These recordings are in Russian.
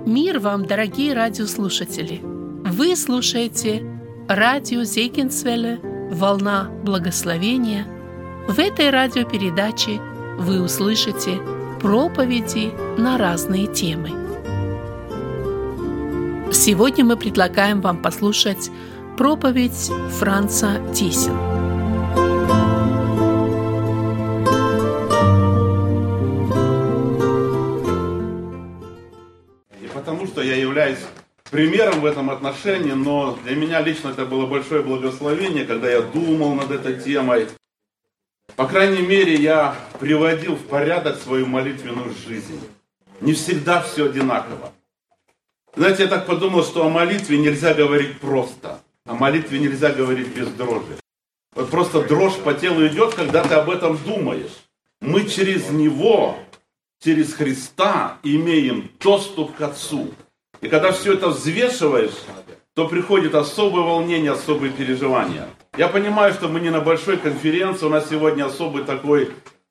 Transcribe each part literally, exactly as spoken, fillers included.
Мир вам, дорогие радиослушатели! Вы слушаете радио Зегенсвелле «Волна благословения». В этой радиопередаче вы услышите проповеди на разные темы. Сегодня мы предлагаем вам послушать проповедь Франца Тиссен. Потому что я являюсь примером в этом отношении, но для меня лично это было большое благословение, когда я думал над этой темой. По крайней мере, я приводил в порядок свою молитвенную жизнь. Не всегда все одинаково. Знаете, я так подумал, что о молитве нельзя говорить просто. О молитве нельзя говорить без дрожи. Вот просто дрожь по телу идет, когда ты об этом думаешь. Мы через Него, через Христа имеем доступ к Отцу. И когда все это взвешиваешь, то приходит особое волнение, особые переживания. Я понимаю, что мы не на большой конференции, у нас сегодня особый такой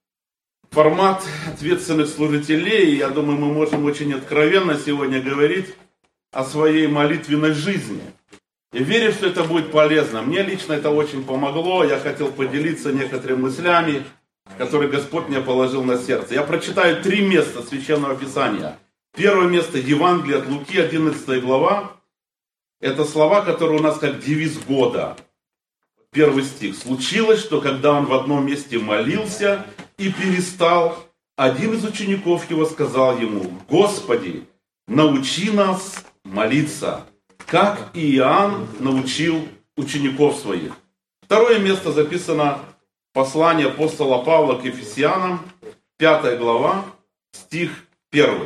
формат ответственных служителей. Я думаю, мы можем очень откровенно сегодня говорить о своей молитвенной жизни. И верю, что это будет полезно. Мне лично это очень помогло. Я хотел поделиться некоторыми мыслями, которые Господь мне положил на сердце. Я прочитаю три места Священного Писания. Первое место — Евангелие от Луки, одиннадцатая глава. Это слова, которые у нас как девиз года. Первый стих. «Случилось, что когда он в одном месте молился и перестал, один из учеников его сказал ему: Господи, научи нас молиться, как и Иоанн научил учеников своих». Второе место записано в послании апостола Павла к Ефесянам, пятая глава, стих первый.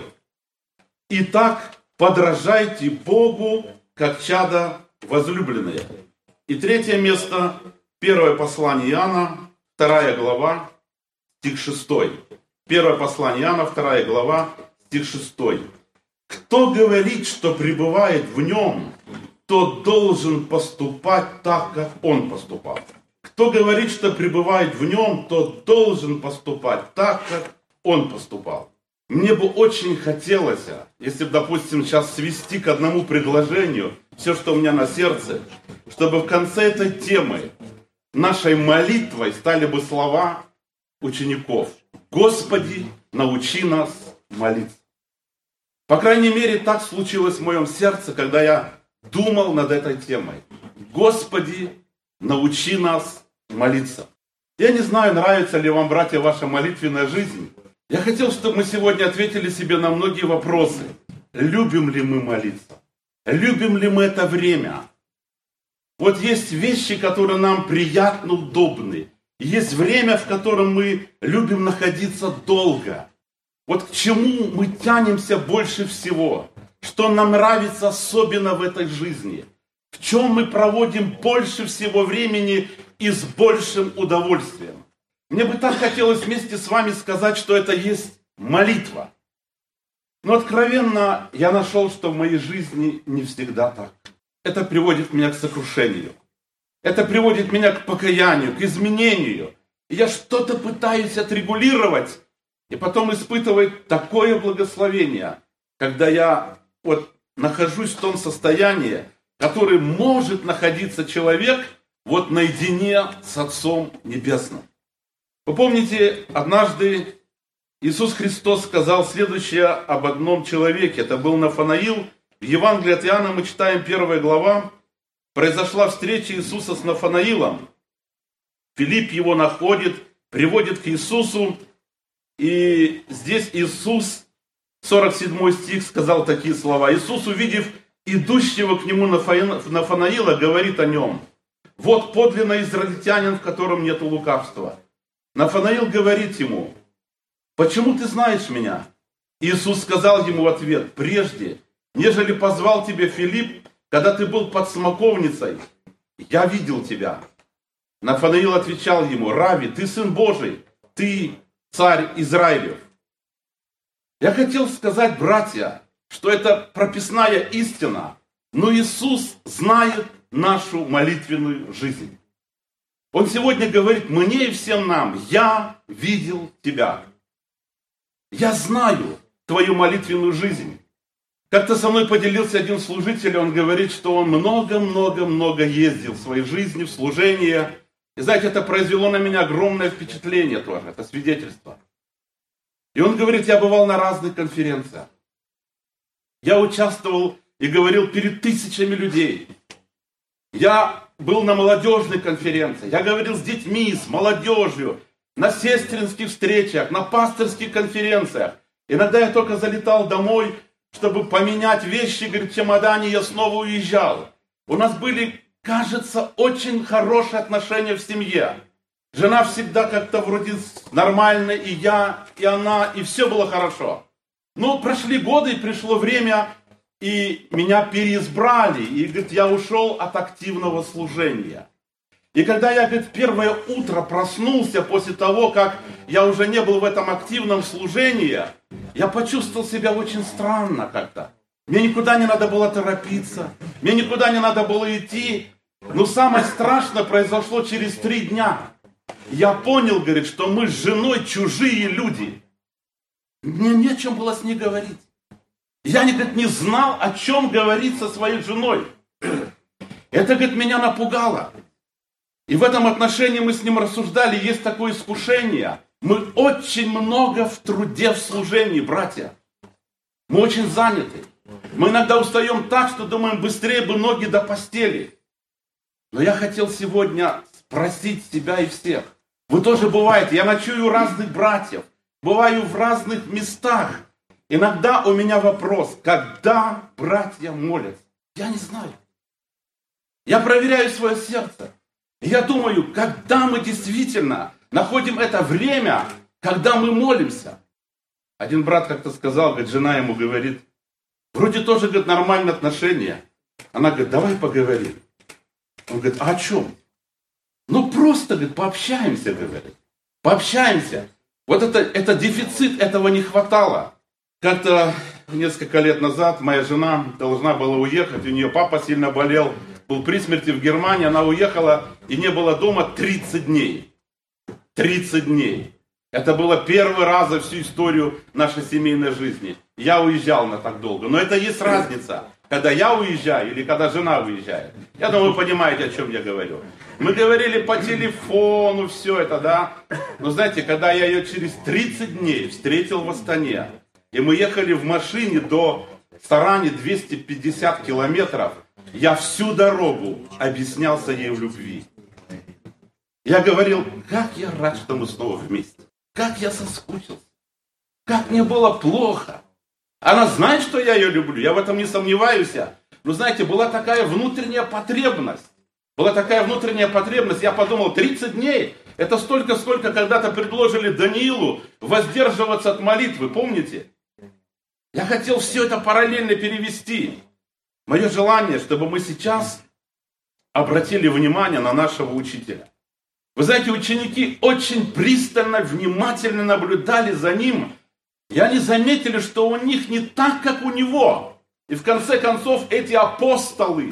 «Итак, подражайте Богу, как чада возлюбленные». И третье место, первое послание Иоанна, вторая глава, стих шестой. Первое послание Иоанна, вторая глава, стих шестой. «Кто говорит, что пребывает в нем, тот должен поступать так, как он поступал. Кто говорит, что пребывает в нем, тот должен поступать так, как он поступал». Мне бы очень хотелось, если бы, допустим, сейчас свести к одному предложению все, что у меня на сердце, чтобы в конце этой темы нашей молитвой стали бы слова учеников: «Господи, научи нас молиться». По крайней мере, так случилось в моем сердце, когда я думал над этой темой. «Господи, научи нас молиться». Я не знаю, нравится ли вам, братья, ваша молитвенная жизнь. Я хотел, чтобы мы сегодня ответили себе на многие вопросы. Любим ли мы молиться? Любим ли мы это время? Вот есть вещи, которые нам приятно, удобны. Есть время, в котором мы любим находиться долго. Вот к чему мы тянемся больше всего? Что нам нравится особенно в этой жизни? В чем мы проводим больше всего времени и с большим удовольствием? Мне бы так хотелось вместе с вами сказать, что это есть молитва. Но откровенно я нашел, что в моей жизни не всегда так. Это приводит меня к сокрушению. Это приводит меня к покаянию, к изменению. И я что-то пытаюсь отрегулировать, и потом испытывать такое благословение, когда я вот нахожусь в том состоянии, в котором может находиться человек вот наедине с Отцом Небесным. Вы помните, однажды Иисус Христос сказал следующее об одном человеке. Это был Нафанаил. В Евангелии от Иоанна мы читаем первая глава. Произошла встреча Иисуса с Нафанаилом. Филипп его находит, приводит к Иисусу. И здесь Иисус, сорок седьмой стих, сказал такие слова. Иисус, увидев идущего к нему Нафанаила, говорит о нем: «Вот подлинно израильтянин, в котором нет лукавства». Нафанаил говорит ему: «Почему ты знаешь меня?» Иисус сказал ему в ответ: «Прежде, нежели позвал тебя Филипп, когда ты был под смоковницей, я видел тебя». Нафанаил отвечал ему: «Рави, ты Сын Божий, ты Царь Израилев». Я хотел сказать, братья, что это прописная истина, но Иисус знает нашу молитвенную жизнь. Он сегодня говорит мне и всем нам: я видел тебя. Я знаю твою молитвенную жизнь. Как-то со мной поделился один служитель, он говорит, что он много-много-много ездил в своей жизни, в служении. И знаете, это произвело на меня огромное впечатление тоже, это свидетельство. И он говорит, я бывал на разных конференциях. Я участвовал и говорил перед тысячами людей. Я был на молодежной конференции, я говорил с детьми, с молодежью, на сестринских встречах, на пасторских конференциях. Иногда я только залетал домой, чтобы поменять вещи, говорит, в чемодане, я снова уезжал. У нас были, кажется, очень хорошие отношения в семье. Жена всегда как-то вроде нормально, и я, и она, и все было хорошо. Но прошли годы, и пришло время, и меня переизбрали, и, говорит, я ушел от активного служения. И когда я, говорит, первое утро проснулся после того, как я уже не был в этом активном служении, я почувствовал себя очень странно как-то. Мне никуда не надо было торопиться, мне никуда не надо было идти. Но самое страшное произошло через три дня. Я понял, говорит, что мы с женой чужие люди. Мне не о чем было с ней говорить. Я, говорит, не знал, о чем говорить со своей женой. Это, говорит, меня напугало. И в этом отношении мы с ним рассуждали, есть такое искушение. Мы очень много в труде, в служении, братья. Мы очень заняты. Мы иногда устаем так, что думаем, быстрее бы ноги до постели. Но я хотел сегодня спросить себя и всех. Вы тоже бываете, я ночую у разных братьев, бываю в разных местах. Иногда у меня вопрос, когда братья молятся? Я не знаю. Я проверяю свое сердце. Я думаю, когда мы действительно находим это время, когда мы молимся. Один брат как-то сказал, говорит, жена ему говорит, вроде тоже, говорит, нормальные отношения. Она говорит, давай поговорим. Он говорит, а о чем? Ну просто, говорит, пообщаемся, говорит. Пообщаемся. Вот это, это дефицит, этого не хватало. Как-то несколько лет назад моя жена должна была уехать, у нее папа сильно болел, был при смерти в Германии, она уехала и не была дома тридцать дней. тридцать дней. Это было первый раз за всю историю нашей семейной жизни. Я уезжал на так долго. Но это есть разница, когда я уезжаю или когда жена уезжает. Я думаю, вы понимаете, о чем я говорю. Мы говорили по телефону, все это, да. Но знаете, когда я ее через тридцать дней встретил в Астане, и мы ехали в машине до Сарани двести пятьдесят километров, я всю дорогу объяснялся ей в любви. Я говорил, как я рад, что мы снова вместе. Как я соскучился. Как мне было плохо. Она знает, что я ее люблю, я в этом не сомневаюсь. Но знаете, была такая внутренняя потребность. Была такая внутренняя потребность. Я подумал, тридцать дней, это столько, сколько когда-то предложили Даниилу воздерживаться от молитвы, помните? Я хотел все это параллельно перевести. Мое желание, чтобы мы сейчас обратили внимание на нашего учителя. Вы знаете, ученики очень пристально, внимательно наблюдали за ним, и они заметили, что у них не так, как у него. И в конце концов эти апостолы,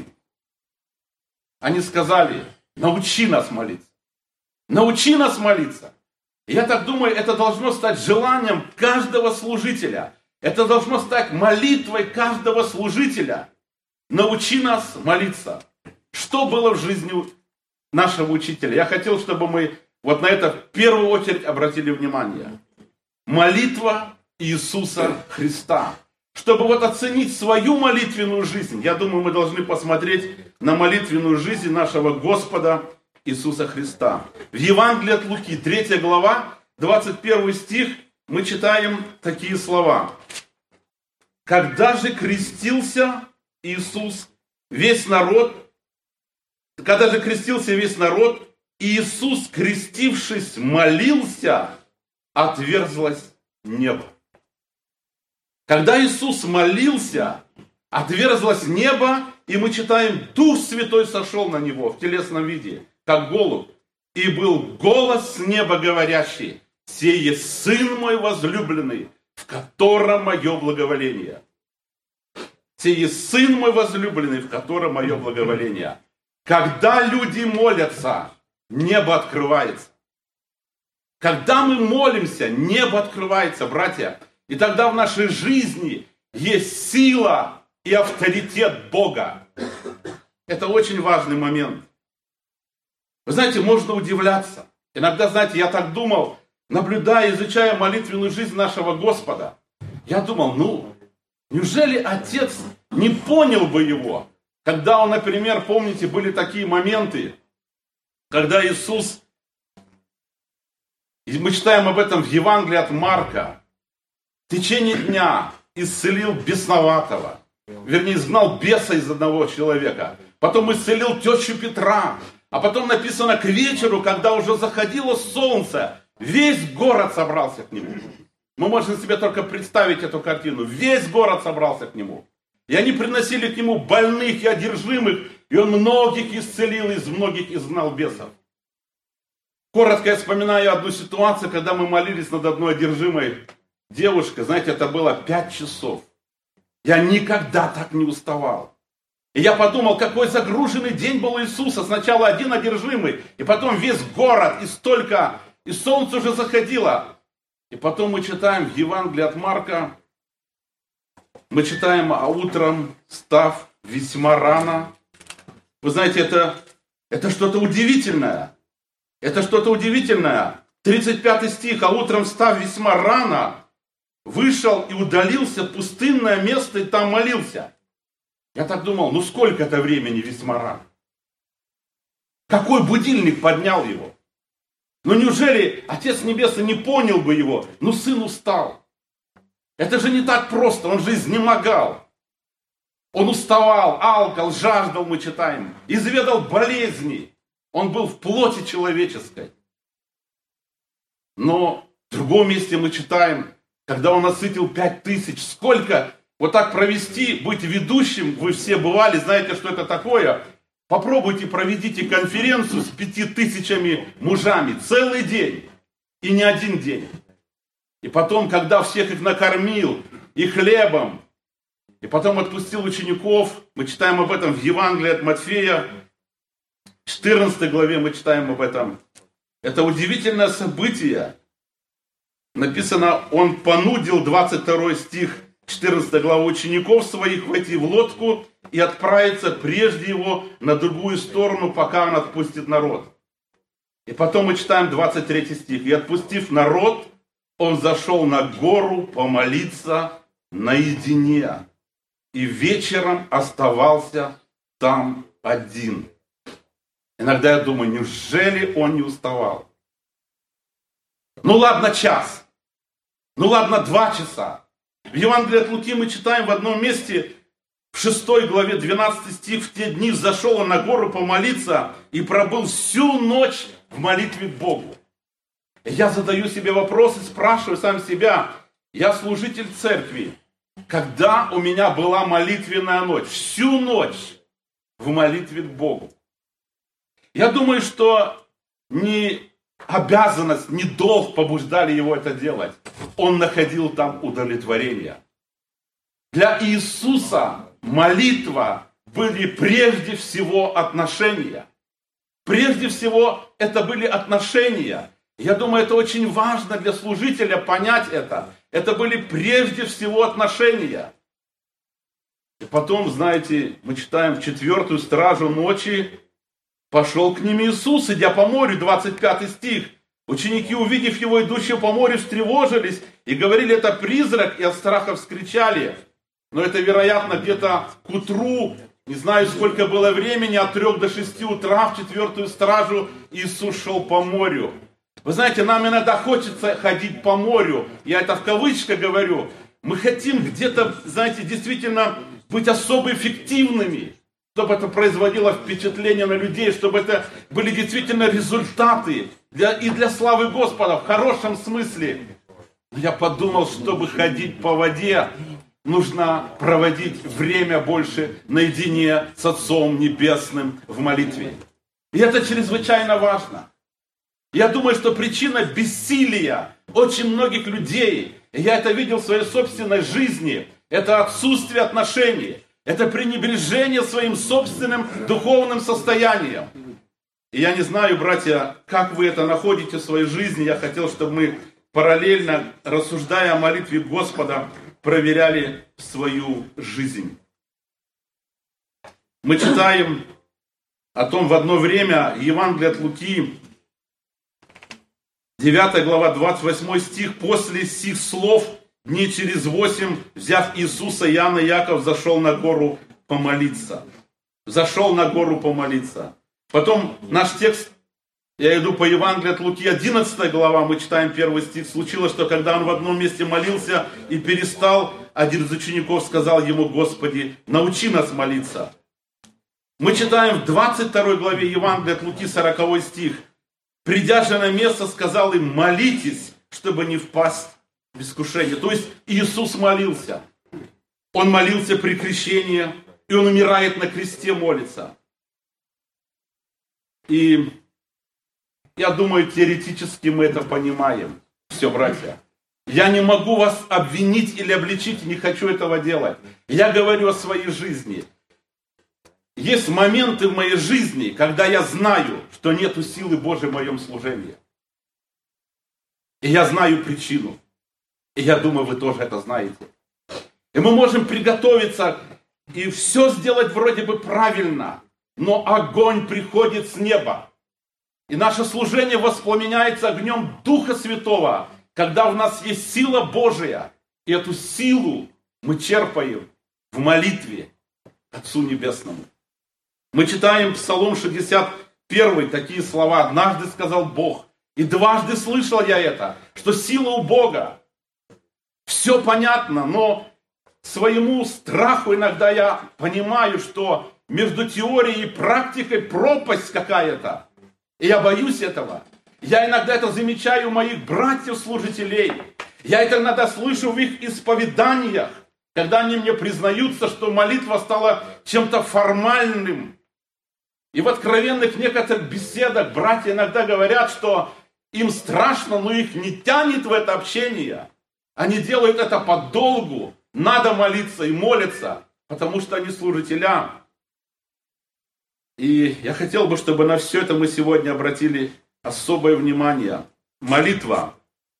они сказали, научи нас молиться. Научи нас молиться. И я так думаю, это должно стать желанием каждого служителя. Это должно стать молитвой каждого служителя. Научи нас молиться. Что было в жизни нашего учителя? Я хотел, чтобы мы вот на это в первую очередь обратили внимание. Молитва Иисуса Христа. Чтобы вот оценить свою молитвенную жизнь, я думаю, мы должны посмотреть на молитвенную жизнь нашего Господа Иисуса Христа. В Евангелии от Луки, третья глава, двадцать первый стих, мы читаем такие слова. Когда же крестился Иисус, весь народ, когда же крестился весь народ, Иисус, крестившись, молился, отверзлось небо. Когда Иисус молился, отверзлось небо, и мы читаем, Дух Святой сошел на него в телесном виде, как голубь. И был голос с неба говорящий, сей Сын мой возлюбленный, в котором мое благоволение. Сей Сын мой возлюбленный, в котором мое благоволение. Когда люди молятся, небо открывается. Когда мы молимся, небо открывается, братья. И тогда в нашей жизни есть сила и авторитет Бога. Это очень важный момент. Вы знаете, можно удивляться. Иногда, знаете, я так думал, наблюдая, изучая молитвенную жизнь нашего Господа. Я думал, ну, неужели Отец не понял бы его? Когда он, например, помните, были такие моменты, когда Иисус, и мы читаем об этом в Евангелии от Марка, в течение дня исцелил бесноватого, вернее, изгнал беса из одного человека, потом исцелил тещу Петра, а потом написано к вечеру, когда уже заходило солнце, весь город собрался к нему. Мы можем себе только представить эту картину. Весь город собрался к нему. И они приносили к нему больных и одержимых, и он многих исцелил, из многих изгнал бесов. Коротко я вспоминаю одну ситуацию, когда мы молились над одной одержимой девушкой. Знаете, это было пять часов. Я никогда так не уставал. И я подумал, какой загруженный день был у Иисуса. Сначала один одержимый, и потом весь город, и столько, и солнце уже заходило. И потом мы читаем в Евангелии от Марка, мы читаем, а утром, встав весьма рано. Вы знаете, это, это что-то удивительное. Это что-то удивительное. тридцать пятый стих. А утром, встав весьма рано, вышел и удалился в пустынное место и там молился. Я так думал, ну сколько это времени весьма рано? Какой будильник поднял его? Ну неужели Отец Небесный не понял бы его? Ну сын устал. Это же не так просто, он же изнемогал. Он уставал, алкал, жаждал, мы читаем, изведал болезни. Он был в плоти человеческой. Но в другом месте мы читаем, когда он насытил пять тысяч, сколько вот так провести, быть ведущим, вы все бывали, знаете, что это такое? Попробуйте, проведите конференцию с пяти тысячами мужами целый день и не один день. И потом, когда всех их накормил и хлебом, и потом отпустил учеников, мы читаем об этом в Евангелии от Матфея, в четырнадцатой главе мы читаем об этом. Это удивительное событие. Написано, он понудил, двадцать второй стих, четырнадцатой главы, учеников своих войти в лодку и отправиться прежде его на другую сторону, пока он отпустит народ. И потом мы читаем двадцать третий стих. И отпустив народ, он зашел на гору помолиться наедине. И вечером оставался там один. Иногда я думаю, неужели он не уставал? Ну ладно, час. Ну ладно, два часа. В Евангелии от Луки мы читаем в одном месте, в шестой главе, двенадцатый стих, в те дни взошел он на гору помолиться и пробыл всю ночь в молитве к Богу. И я задаю себе вопрос и спрашиваю сам себя, я служитель церкви, когда у меня была молитвенная ночь? Всю ночь в молитве к Богу. Я думаю, что не обязанность, не долг побуждали его это делать. Он находил там удовлетворение. Для Иисуса молитва были прежде всего отношения. Прежде всего это были отношения. Я думаю, это очень важно для служителя понять это. Это были прежде всего отношения. И потом, знаете, мы читаем в четвертую стражу ночи, пошел к ним Иисус, идя по морю, двадцать пятый стих. Ученики, увидев его, идущего по морю, встревожились и говорили, это призрак, и от страха вскричали. Но это, вероятно, где-то к утру, не знаю, сколько было времени, от трех до шести утра в четвертую стражу Иисус шел по морю. Вы знаете, нам иногда хочется ходить по морю, я это в кавычках говорю. Мы хотим где-то, знаете, действительно быть особо эффективными, чтобы это производило впечатление на людей, чтобы это были действительно результаты для, и для славы Господа, в хорошем смысле. Я подумал, чтобы ходить по воде, нужно проводить время больше наедине с Отцом Небесным в молитве. И это чрезвычайно важно. Я думаю, что причина бессилия очень многих людей, и я это видел в своей собственной жизни, это отсутствие отношений. Это пренебрежение своим собственным духовным состоянием. И я не знаю, братья, как вы это находите в своей жизни. Я хотел, чтобы мы параллельно, рассуждая о молитве Господа, проверяли свою жизнь. Мы читаем о том в одно время, Евангелие от Луки, девятая глава, двадцать восьмой стих, «После сих слов, дней через восемь, взяв Иисуса, Иоанна и Яков, зашел на гору помолиться». Зашел на гору помолиться. Потом наш текст, я иду по Евангелию от Луки, одиннадцатая глава, мы читаем первый стих. «Случилось, что когда он в одном месте молился и перестал, один из учеников сказал ему: Господи, научи нас молиться». Мы читаем в двадцать второй главе Евангелия от Луки, сороковой стих. «Придя же на место, сказал им: молитесь, чтобы не впасть в искушение». То есть Иисус молился. Он молился при крещении, и Он умирает на кресте, молится. И я думаю, теоретически мы это понимаем. Все, братья. Я не могу вас обвинить или обличить, не хочу этого делать. Я говорю о своей жизни. Есть моменты в моей жизни, когда я знаю, что нету силы Божьей в моем служении. И я знаю причину. И я думаю, вы тоже это знаете. И мы можем приготовиться и все сделать вроде бы правильно, но огонь приходит с неба. И наше служение воспламеняется огнем Духа Святого, когда в нас есть сила Божия. И эту силу мы черпаем в молитве Отцу Небесному. Мы читаем Псалом шестьдесят один, такие слова. «Однажды сказал Бог, и дважды слышал я это, что сила у Бога». Все понятно, но своему страху иногда я понимаю, что между теорией и практикой пропасть какая-то. И я боюсь этого. Я иногда это замечаю у моих братьев-служителей. Я это иногда слышу в их исповеданиях, когда они мне признаются, что молитва стала чем-то формальным. И в откровенных некоторых беседах братья иногда говорят, что им страшно, но их не тянет в это общение. Они делают это подолгу. Надо молиться и молиться, потому что они служителя. И я хотел бы, чтобы на все это мы сегодня обратили особое внимание. Молитва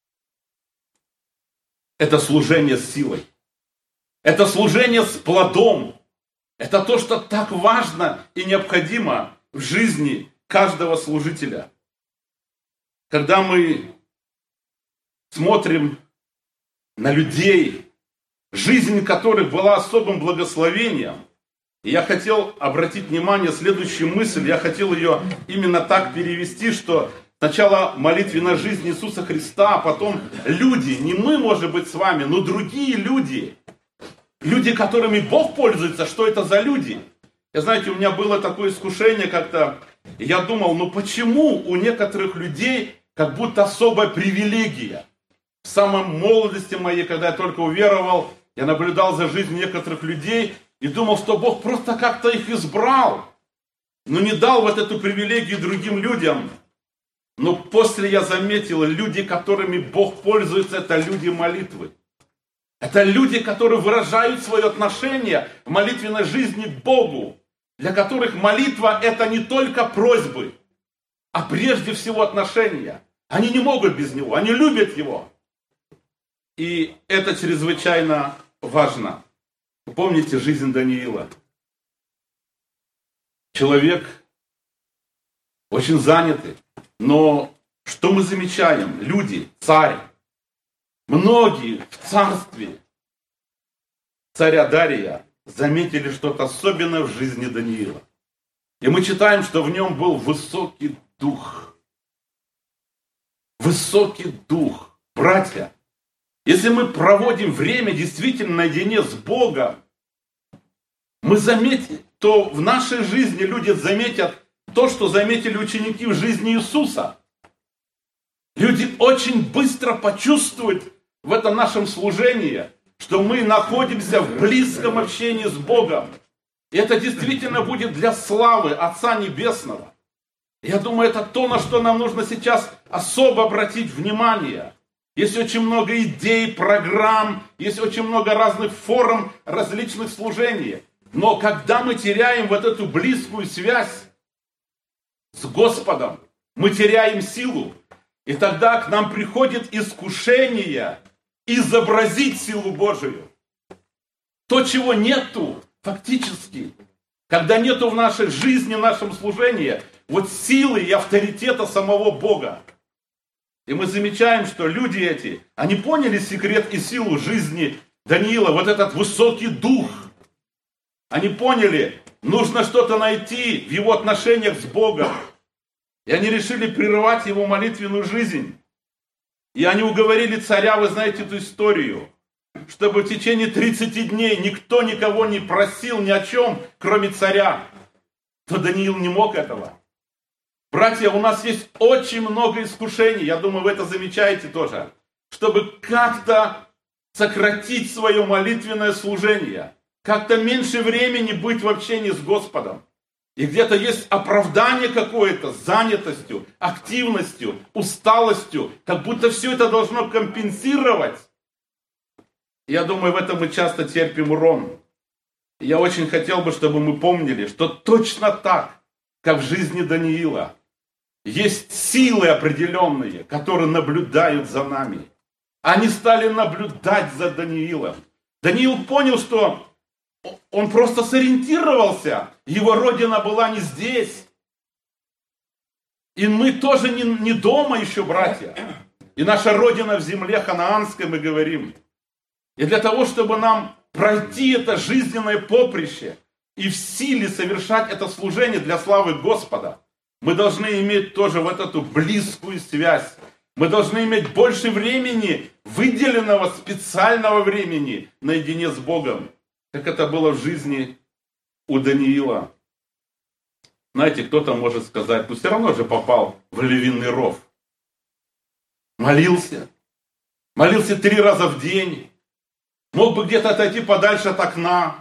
– это служение с силой. Это служение с плодом. Это то, что так важно и необходимо в жизни каждого служителя. Когда мы смотрим на людей, жизнь которых была особым благословением, и я хотел обратить внимание, следующую мысль, я хотел ее именно так перевести, что сначала молитвенная жизнь Иисуса Христа, а потом люди, не мы, может быть, с вами, но другие люди, люди, которыми Бог пользуется, что это за люди? И знаете, у меня было такое искушение как-то, и я думал, ну почему у некоторых людей как будто особая привилегия? В самой молодости моей, когда я только уверовал, я наблюдал за жизнью некоторых людей и думал, что Бог просто как-то их избрал, но не дал вот эту привилегию другим людям. Но после я заметил, люди, которыми Бог пользуется, это люди молитвы. Это люди, которые выражают свое отношение в молитвенной жизни к Богу, для которых молитва это не только просьбы, а прежде всего отношения. Они не могут без Него, они любят Его. И это чрезвычайно важно. Вы помните жизнь Даниила? Человек очень занятый, но что мы замечаем? Люди, царь, многие в царстве царя Дария заметили что-то особенное в жизни Даниила. И мы читаем, что в нем был высокий дух. Высокий дух. Братья, если мы проводим время действительно наедине с Богом, мы заметим, то в нашей жизни люди заметят то, что заметили ученики в жизни Иисуса. Люди очень быстро почувствуют в этом нашем служении, что мы находимся в близком общении с Богом. И это действительно будет для славы Отца Небесного. Я думаю, это то, на что нам нужно сейчас особо обратить внимание. Есть очень много идей, программ, есть очень много разных форм различных служений. Но когда мы теряем вот эту близкую связь с Господом, мы теряем силу. И тогда к нам приходит искушение изобразить силу Божию. То, чего нету фактически, когда нету в нашей жизни, в нашем служении, вот силы и авторитета самого Бога. И мы замечаем, что люди эти, они поняли секрет и силу жизни Даниила, вот этот высокий дух. Они поняли, нужно что-то найти в его отношениях с Богом. И они решили прерывать его молитвенную жизнь. И они уговорили царя, вы знаете эту историю, чтобы в течение тридцати дней никто никого не просил ни о чем, кроме царя. То Даниил не мог этого. Братья, у нас есть очень много искушений, я думаю, вы это замечаете тоже, чтобы как-то сократить свое молитвенное служение, как-то меньше времени быть в общении с Господом. И где-то есть оправдание какое-то занятостью, активностью, усталостью, как будто все это должно компенсировать. Я думаю, в этом мы часто терпим урон. И я очень хотел бы, чтобы мы помнили, что точно так, как в жизни Даниила, есть силы определенные, которые наблюдают за нами. Они стали наблюдать за Даниилом. Даниил понял, что он просто сориентировался. Его родина была не здесь. И мы тоже не, не дома еще, братья. И наша родина в земле ханаанской, мы говорим. И для того, чтобы нам пройти это жизненное поприще и в силе совершать это служение для славы Господа, мы должны иметь тоже вот эту близкую связь. Мы должны иметь больше времени, выделенного специального времени наедине с Богом, как это было в жизни у Даниила. Знаете, кто-то может сказать, ну все равно же попал в львиный ров. Молился. Молился три раза в день. Мог бы где-то отойти подальше от окна.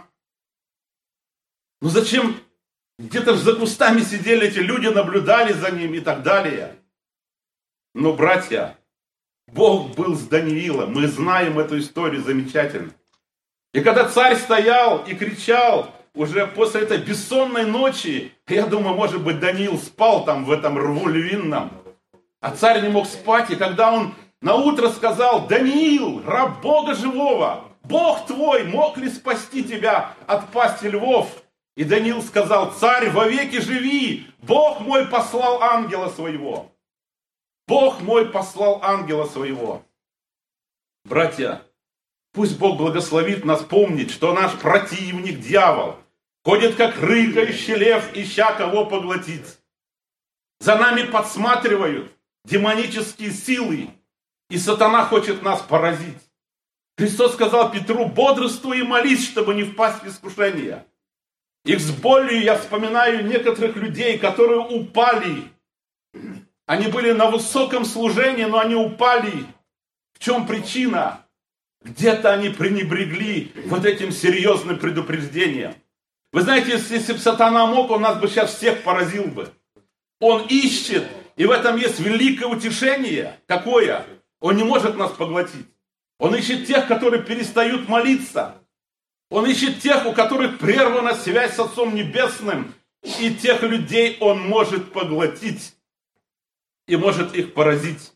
Ну зачем? Где-то за кустами сидели эти люди, наблюдали за ним и так далее. Но, братья, Бог был с Даниилом. Мы знаем эту историю замечательно. И когда царь стоял и кричал, уже после этой бессонной ночи, я думаю, может быть, Даниил спал там в этом рву львином, а царь не мог спать, и когда он наутро сказал: Даниил, раб Бога живого, Бог твой мог ли спасти тебя от пасти львов? И Даниил сказал: царь, вовеки живи, Бог мой послал ангела своего. Бог мой послал ангела своего. Братья, пусть Бог благословит нас помнить, что наш противник, дьявол, ходит как рыкающий лев, ища кого поглотить. За нами подсматривают демонические силы, и сатана хочет нас поразить. Христос сказал Петру: бодрствуй и молись, чтобы не впасть в искушение. И с болью я вспоминаю некоторых людей, которые упали. Они были на высоком служении, но они упали. В чем причина? Где-то они пренебрегли вот этим серьезным предупреждением. Вы знаете, если, если бы сатана мог, он нас бы сейчас всех поразил бы. Он ищет, и в этом есть великое утешение. Какое? Он не может нас поглотить. Он ищет тех, которые перестают молиться. Он ищет тех, у которых прервана связь с Отцом Небесным. И тех людей он может поглотить. И может их поразить.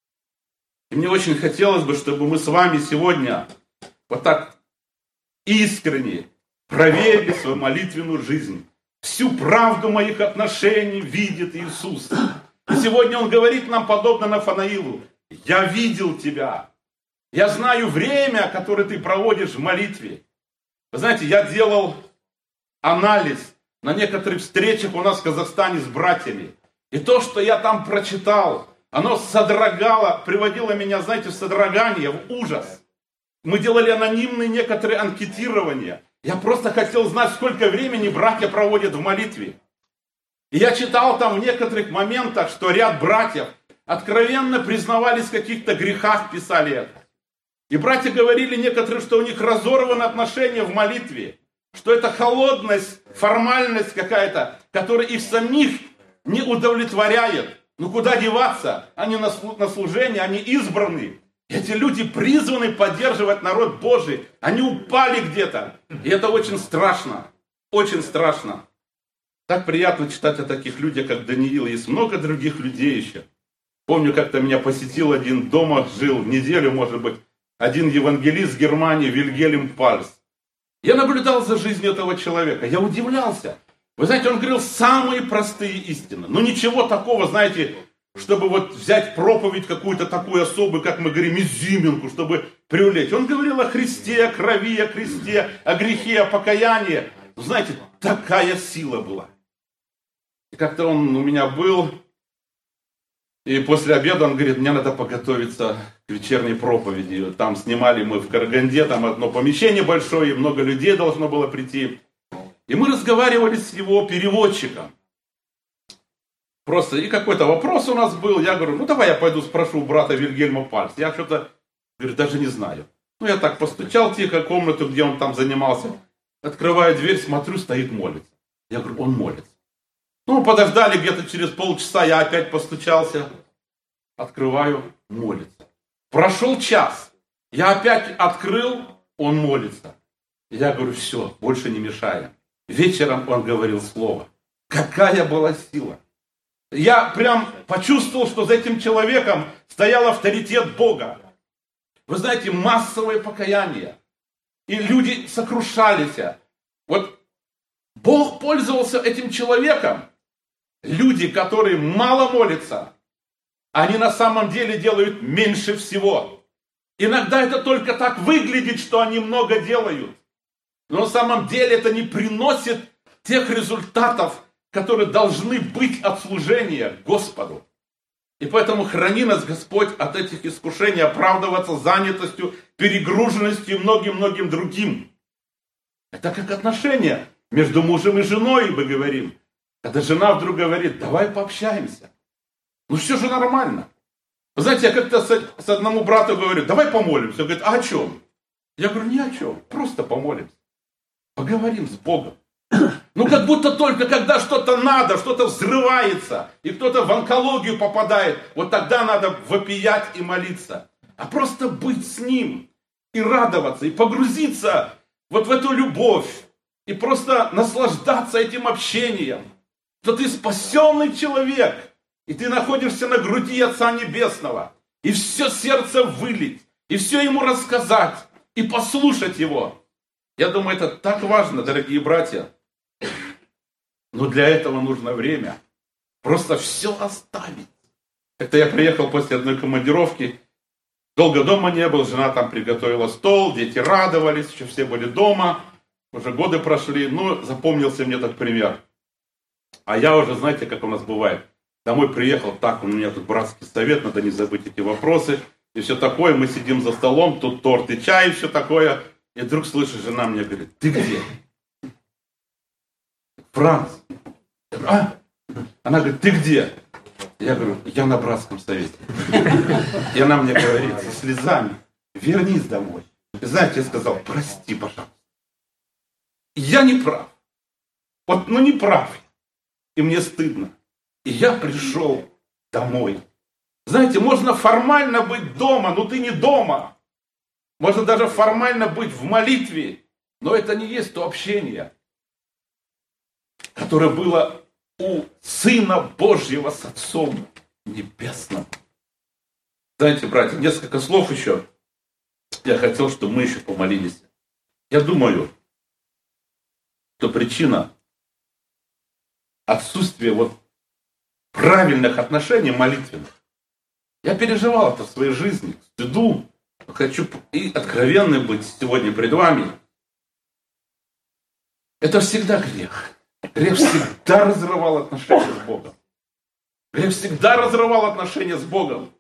И мне очень хотелось бы, чтобы мы с вами сегодня вот так искренне проверили свою молитвенную жизнь. Всю правду моих отношений видит Иисус. И сегодня Он говорит нам, подобно Нафанаилу: я видел тебя. Я знаю время, которое ты проводишь в молитве. Вы знаете, я делал анализ на некоторых встречах у нас в Казахстане с братьями. И то, что я там прочитал, оно содрогало, приводило меня, знаете, в содрогание, в ужас. Мы делали анонимные некоторые анкетирования. Я просто хотел знать, сколько времени братья проводят в молитве. И я читал там в некоторых моментах, что ряд братьев откровенно признавались в каких-то грехах, писали это. И братья говорили некоторые, что у них разорваны отношения в молитве, что это холодность, формальность какая-то, которая их самих не удовлетворяет. Ну куда деваться? Они на служении, они избраны. Эти люди призваны поддерживать народ Божий. Они упали где-то. И это очень страшно. Очень страшно. Так приятно читать о таких людях, как Даниил. Есть много других людей еще. Помню, как-то меня посетил один, дома жил неделю, может быть, один евангелист Германии, Вильгельм Пальс. Я наблюдал за жизнью этого человека, я удивлялся. Вы знаете, он говорил самые простые истины. Но ничего такого, знаете, чтобы вот взять проповедь какую-то такую особую, как мы говорим, изюминку, чтобы привлечь. Он говорил о Христе, о крови, о кресте, о грехе, о покаянии. Знаете, такая сила была. И как-то он у меня был, и после обеда он говорит, мне надо подготовиться к вечерней проповеди. Там снимали мы в Караганде, там одно помещение большое, и много людей должно было прийти. И мы разговаривали с его переводчиком. Просто и какой-то вопрос у нас был. Я говорю, ну давай я пойду спрошу у брата Вильгельма Пальца. Я что-то, говорю, даже не знаю. Ну я так постучал тихо в комнату, где он там занимался. Открываю дверь, смотрю, стоит, молится. Я говорю, он молится. Ну, подождали где-то через полчаса, я опять постучался. Открываю, молится. Прошел час. Я опять открыл, он молится. Я говорю, все, больше не мешаем. Вечером он говорил слово. Какая была сила. Я прям почувствовал, что за этим человеком стоял авторитет Бога. Вы знаете, массовое покаяние. И люди сокрушались. Вот Бог пользовался этим человеком. Люди, которые мало молятся, они на самом деле делают меньше всего. Иногда это только так выглядит, что они много делают. Но на самом деле это не приносит тех результатов, которые должны быть от служения Господу. И поэтому храни нас, Господь, от этих искушений оправдываться занятостью, перегруженностью и многим-многим другим. Это как отношения между мужем и женой, мы говорим. Когда жена вдруг говорит, давай пообщаемся. Ну все же нормально. Вы знаете, я как-то с одному брату говорю, давай помолимся. Он говорит, а о чем? Я говорю, ни о чем, просто помолимся. Поговорим с Богом. Ну как будто только когда что-то надо, что-то взрывается, и кто-то в онкологию попадает, вот тогда надо вопиять и молиться. А просто быть с Ним, и радоваться, и погрузиться вот в эту любовь, и просто наслаждаться этим общением. Что ты спасенный человек, и ты находишься на груди Отца Небесного, и все сердце вылить, и все Ему рассказать, и послушать Его. Я думаю, это так важно, дорогие братья. Но для этого нужно время. Просто все оставить. Как-то я приехал после одной командировки, долго дома не был, жена там приготовила стол, дети радовались, еще все были дома, уже годы прошли, ну, запомнился мне этот пример. А я уже, знаете, как у нас бывает, домой приехал, так, у меня тут братский совет, надо не забыть эти вопросы, и все такое, мы сидим за столом, тут торт и чай, и все такое, и вдруг слышу, жена мне говорит, ты где? Франц. Я говорю, а? Она говорит, ты где? Я говорю, я на братском совете. И она мне говорит со слезами, вернись домой. И знаете, я сказал, прости, пожалуйста. Я не прав. Вот, ну не прав. И мне стыдно. И я пришел домой. Знаете, можно формально быть дома, но ты не дома. Можно даже формально быть в молитве, но это не есть то общение, которое было у Сына Божьего с Отцом Небесным. Знаете, братья, несколько слов еще. Я хотел, чтобы мы еще помолились. Я думаю, что причина отсутствия вот правильных отношений молитвенных. Я переживал это в своей жизни, к стыду. Хочу и откровенным быть сегодня пред вами. Это всегда грех. Грех всегда разрывал отношения с Богом. Грех всегда разрывал отношения с Богом.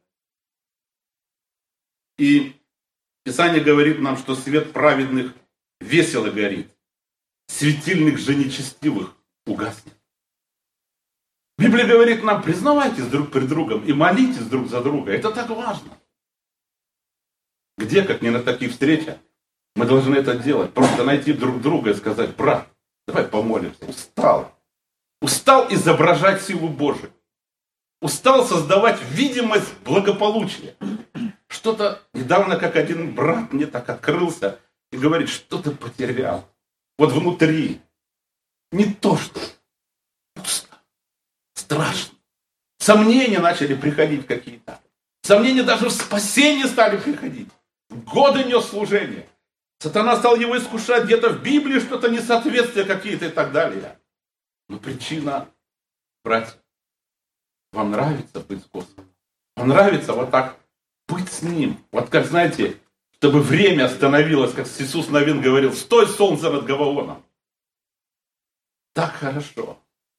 И Писание говорит нам, что свет праведных весело горит, светильник же нечестивых угаснет. Библия говорит нам, признавайтесь друг пред другом и молитесь друг за друга. Это так важно. Где, как не на таких встречах, мы должны это делать. Просто найти друг друга и сказать, брат, давай помолимся. Устал. Устал изображать силу Божию. Устал создавать видимость благополучия. Что-то недавно, как один брат мне так открылся и говорит, что-то потерял. Вот внутри. Не то, что пусто. Страшно. Сомнения начали приходить какие-то. Сомнения даже в спасении стали приходить. Годы нес служение. Сатана стал его искушать, где-то в Библии что-то несоответствия какие-то и так далее. Но причина, братья, вам нравится быть с Господом? Вам нравится вот так быть с Ним? Вот как, знаете, чтобы время остановилось, как Иисус Навин говорил, стой, солнце над Гаваоном. Так хорошо.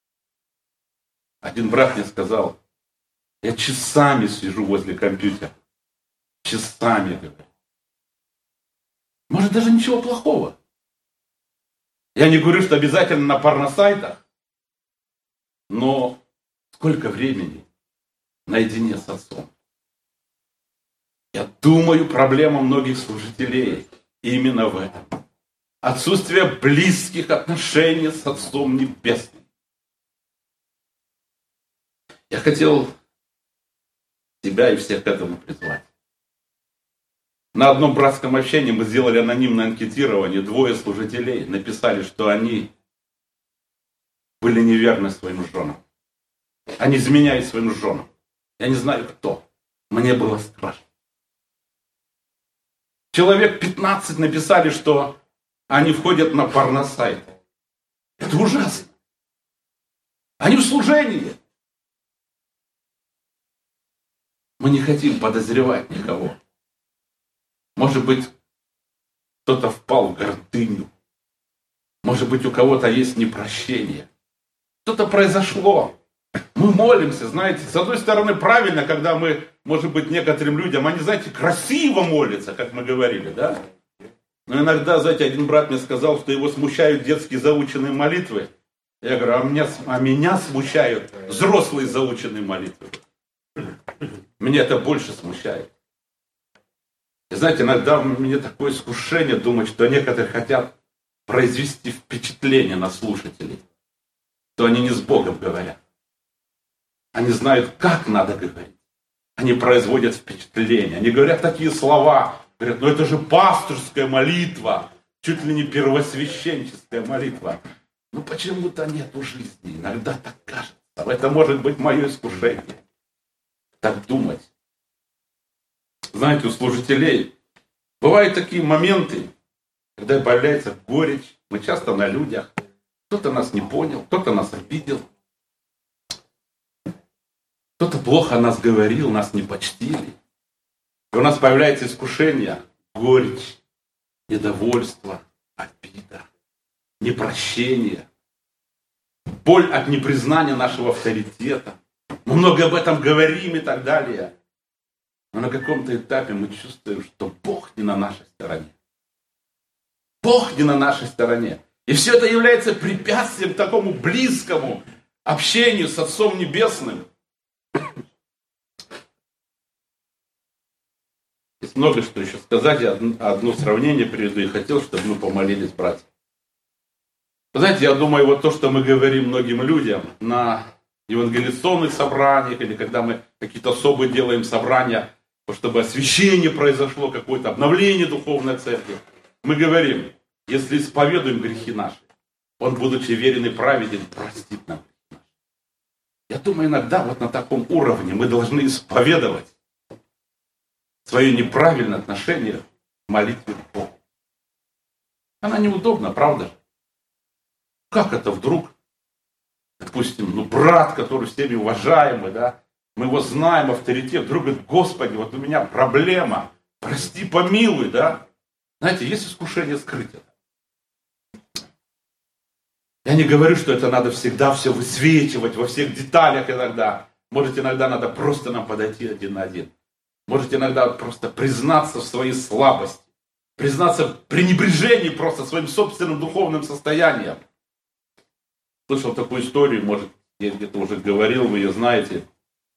Один брат мне сказал, я часами сижу возле компьютера. Часами, говорю. Может, даже ничего плохого. Я не говорю, что обязательно на порносайтах, но сколько времени наедине с Отцом. Я думаю, проблема многих служителей именно в этом. Отсутствие близких отношений с Отцом Небесным. Я хотел тебя и всех к этому призвать. На одном братском общении мы сделали анонимное анкетирование. Двое служителей написали, что они были неверны своим женам. Они изменяют своим женам. Я не знаю кто. Мне было страшно. Человек пятнадцать написали, что они входят на порносайт. Это ужасно. Они в служении. Мы не хотим подозревать никого. Может быть, кто-то впал в гордыню. Может быть, у кого-то есть непрощение. Что-то произошло. Мы молимся, знаете, с одной стороны, правильно, когда мы, может быть, некоторым людям, они, знаете, красиво молятся, как мы говорили, да? Но иногда, знаете, один брат мне сказал, что его смущают детские заученные молитвы. Я говорю, а меня, а меня смущают взрослые заученные молитвы. Меня это больше смущает. И знаете, иногда у меня такое искушение думать, что некоторые хотят произвести впечатление на слушателей, что они не с Богом говорят. Они знают, как надо говорить. Они производят впечатление. Они говорят такие слова. Говорят, ну это же пасторская молитва. Чуть ли не первосвященческая молитва. Ну почему-то нету жизни. Иногда так кажется. Это может быть мое искушение. Так думать. Знаете, у служителей бывают такие моменты, когда появляется горечь. Мы часто на людях. Кто-то нас не понял, кто-то нас обидел. Кто-то плохо о нас говорил, нас не почтили. И у нас появляется искушение, горечь, недовольство, обида, непрощение, боль от непризнания нашего авторитета. Мы много об этом говорим и так далее. Но на каком-то этапе мы чувствуем, что Бог не на нашей стороне. Бог не на нашей стороне. И все это является препятствием к такому близкому общению с Отцом Небесным. Есть много что еще сказать. Я одно сравнение приведу и хотел, чтобы мы помолились, братья. Вы знаете, я думаю, вот то, что мы говорим многим людям на евангелиционных собраниях, или когда мы какие-то особые делаем собрания, чтобы освящение произошло, какое-то обновление духовной церкви, мы говорим, если исповедуем грехи наши, Он, будучи верен и праведен, простит нам. Я думаю, иногда вот на таком уровне мы должны исповедовать свое неправильное отношение к молитве к Богу. Она неудобна, правда же? Как это вдруг, допустим, ну брат, который всеми уважаемый, да, мы его знаем, авторитет, вдруг говорит, Господи, вот у меня проблема, прости, помилуй, да? Знаете, есть искушение скрыть это. Я не говорю, что это надо всегда все высвечивать во всех деталях иногда. Может, иногда надо просто нам подойти один на один. Может, иногда просто признаться в своей слабости. Признаться в пренебрежении просто своим собственным духовным состоянием. Слышал такую историю, может, я где-то уже говорил, вы ее знаете.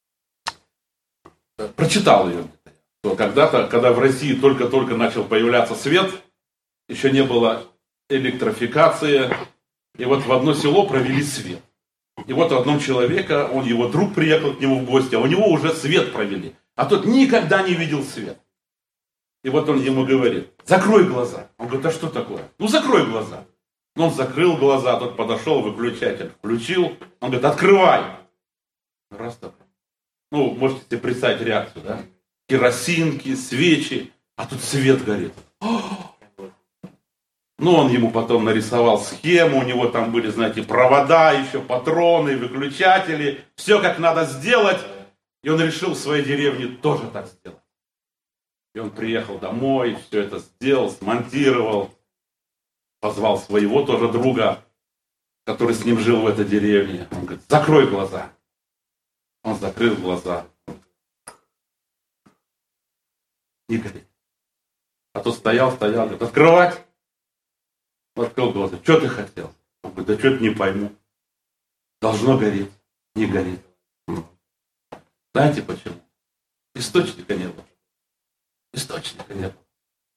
Прочитал ее. Что когда-то, когда в России только-только начал появляться свет, еще не было электрификации, и вот в одно село провели свет. И вот у одного человека, он, его друг приехал к нему в гости, а у него уже свет провели. А тот никогда не видел свет. И вот он ему говорит, закрой глаза. Он говорит, а что такое? Ну закрой глаза. Ну, он закрыл глаза, тот подошел, выключатель включил. Он говорит, открывай. Раз так. Ну, можете себе представить реакцию, да? Керосинки, свечи, а тут свет горит. Ну, он ему потом нарисовал схему, у него там были, знаете, провода, еще патроны, выключатели, все как надо сделать. И он решил в своей деревне тоже так сделать. И он приехал домой, все это сделал, смонтировал, позвал своего тоже друга, который с ним жил в этой деревне. Он говорит: закрой глаза. Он закрыл глаза. Не горит. А то стоял, стоял, говорит: открывать. Он открыл глаза. Что ты хотел? Он говорит: да что-то не пойму. Должно гореть. Не горит. Знаете почему? Источника не было. Источника не было.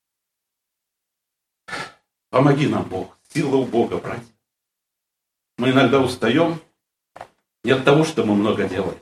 Помоги нам, Бог. Сила у Бога, братья. Мы иногда устаем не от того, что мы много делаем,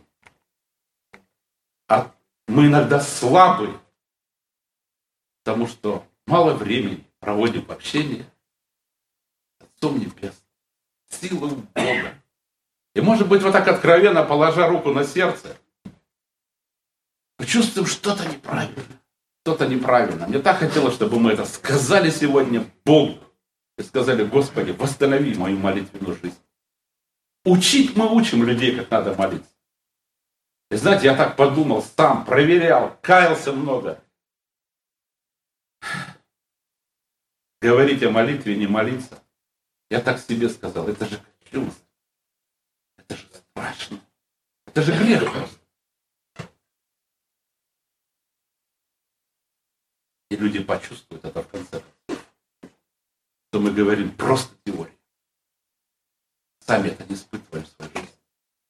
а мы иногда слабы, потому что мало времени проводим в общении с Отцом Небесным. Сила у Бога. И может быть, вот так откровенно, положа руку на сердце, мы чувствуем что-то неправильно. Что-то неправильно. Мне так хотелось, чтобы мы это сказали сегодня Богу. И сказали: Господи, восстанови мою молитвенную жизнь. Учить мы учим людей, как надо молиться. И знаете, я так подумал, сам проверял, каялся много. Говорить о молитве и не молиться. Я так себе сказал: это же кощунство. Это же страшно. Это же грех просто. И люди почувствуют это в конце концов, что мы говорим просто теорию. Сами это не испытываем в своей жизни.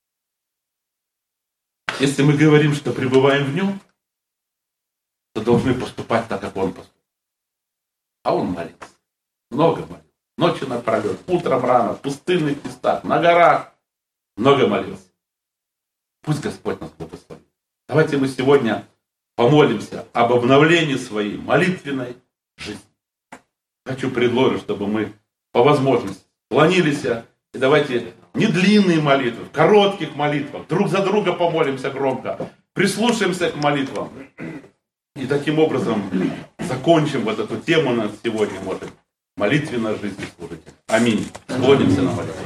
Если мы говорим, что пребываем в нем, то должны поступать так, как он поступает. А он молится. Много молится. Ночью напролет, утром рано, в пустынных местах, на горах. Много молился. Пусть Господь нас благословит. Давайте мы сегодня помолимся об обновлении своей молитвенной жизни. Хочу предложить, чтобы мы по возможности склонились. И давайте не длинные молитвы, в коротких молитвах, друг за друга помолимся громко, прислушаемся к молитвам. И таким образом закончим вот эту тему на сегодня, может, молитвенная жизнь служителя. Аминь. Склонимся на молитву.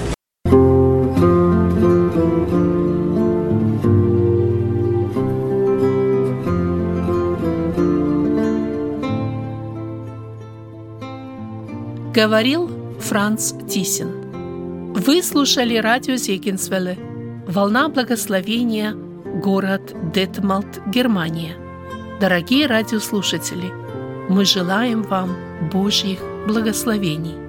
Говорил Франц Тисин. Вы слушали радио Зегенсвелле, «Волна благословения», город Детмалт, Германия. Дорогие радиослушатели, мы желаем вам Божьих благословений.